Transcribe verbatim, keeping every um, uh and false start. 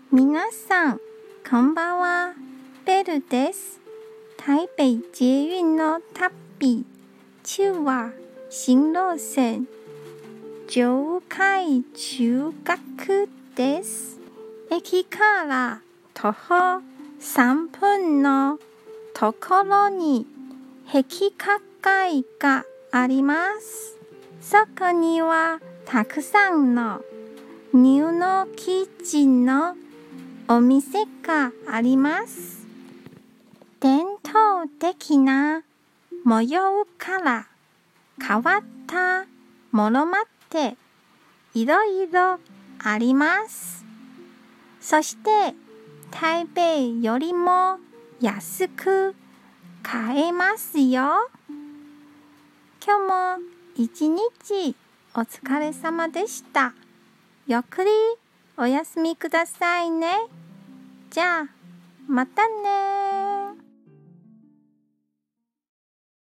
皆さん、こんばんは。ベルです。台北捷運の旅、中は新路線、上海中学です。駅から徒歩さんぷんのところに壁画会があります。そこにはたくさんのニューの生地のお店があります。伝統的な模様から変わったものまでいろいろあります。そして台北よりも安く買えますよ。今日も一日お疲れ様でした。ゆっくりお休みくださいね。じゃあ、またね。